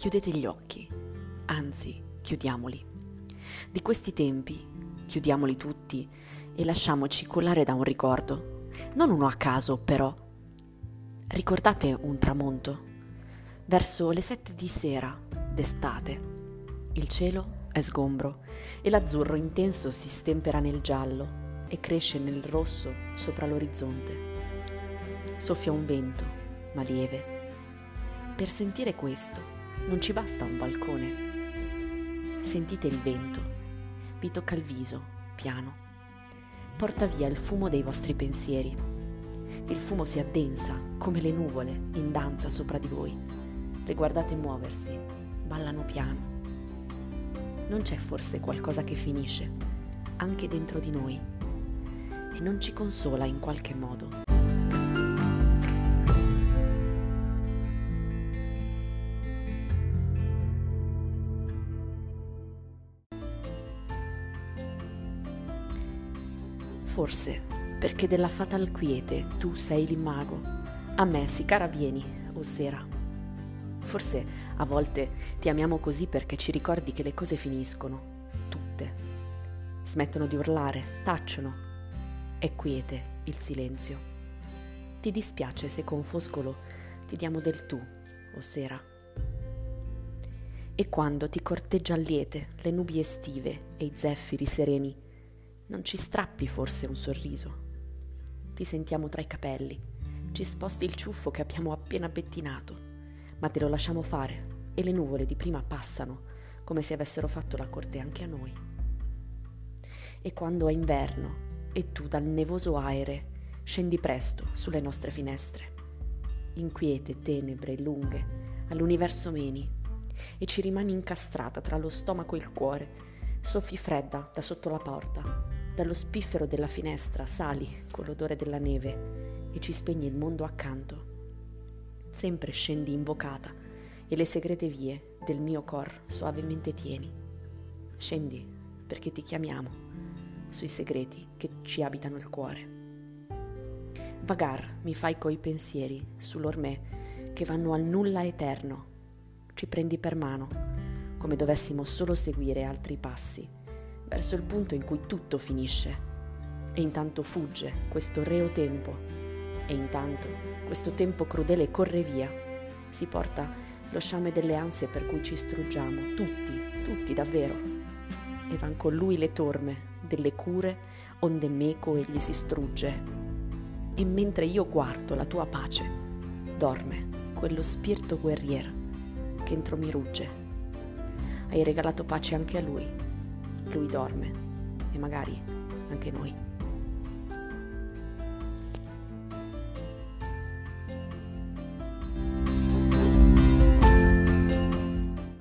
Chiudete gli occhi, anzi, chiudiamoli. Di questi tempi, chiudiamoli tutti e lasciamoci cullare da un ricordo. Non uno a caso, però. Ricordate un tramonto? Verso le 7 di sera, d'estate. Il cielo è sgombro e l'azzurro intenso si stempera nel giallo e cresce nel rosso sopra l'orizzonte. Soffia un vento, ma lieve. Per sentire questo non ci basta un balcone. Sentite il vento, vi tocca il viso, piano. Porta via il fumo dei vostri pensieri. Il fumo si addensa come le nuvole in danza sopra di voi. Le guardate muoversi, ballano piano. Non c'è forse qualcosa che finisce, anche dentro di noi, e non ci consola in qualche modo? Forse perché della fatal quiete tu sei l'immago, a me si cara vieni, o sera. Forse a volte ti amiamo così perché ci ricordi che le cose finiscono, tutte. Smettono di urlare, tacciono. È quiete il silenzio. Ti dispiace se con Foscolo ti diamo del tu, o sera. E quando ti corteggia liete le nubi estive e i zeffiri sereni, non ci strappi forse un sorriso? Ti sentiamo tra i capelli, ci sposti il ciuffo che abbiamo appena pettinato, ma te lo lasciamo fare e le nuvole di prima passano come se avessero fatto la corte anche a noi. E quando è inverno e tu dal nevoso aere scendi presto sulle nostre finestre, inquiete tenebre lunghe all'universo meni, e ci rimani incastrata tra lo stomaco e il cuore, soffi fredda da sotto la porta, dallo spiffero della finestra sali con l'odore della neve e ci spegni il mondo accanto. Sempre scendi invocata e le segrete vie del mio cor soavemente tieni. Scendi perché ti chiamiamo sui segreti che ci abitano il cuore. Vagar mi fai coi pensieri sull'ormè che vanno al nulla eterno. Ci prendi per mano come dovessimo solo seguire altri passi verso il punto in cui tutto finisce, e intanto fugge questo reo tempo, e intanto questo tempo crudele corre via, si porta lo sciame delle ansie per cui ci struggiamo, tutti davvero, e van con lui le torme delle cure onde meco egli si strugge, e mentre io guardo la tua pace, dorme quello spirito guerrier che entro mi rugge. Hai regalato pace anche a lui dorme, e magari anche noi.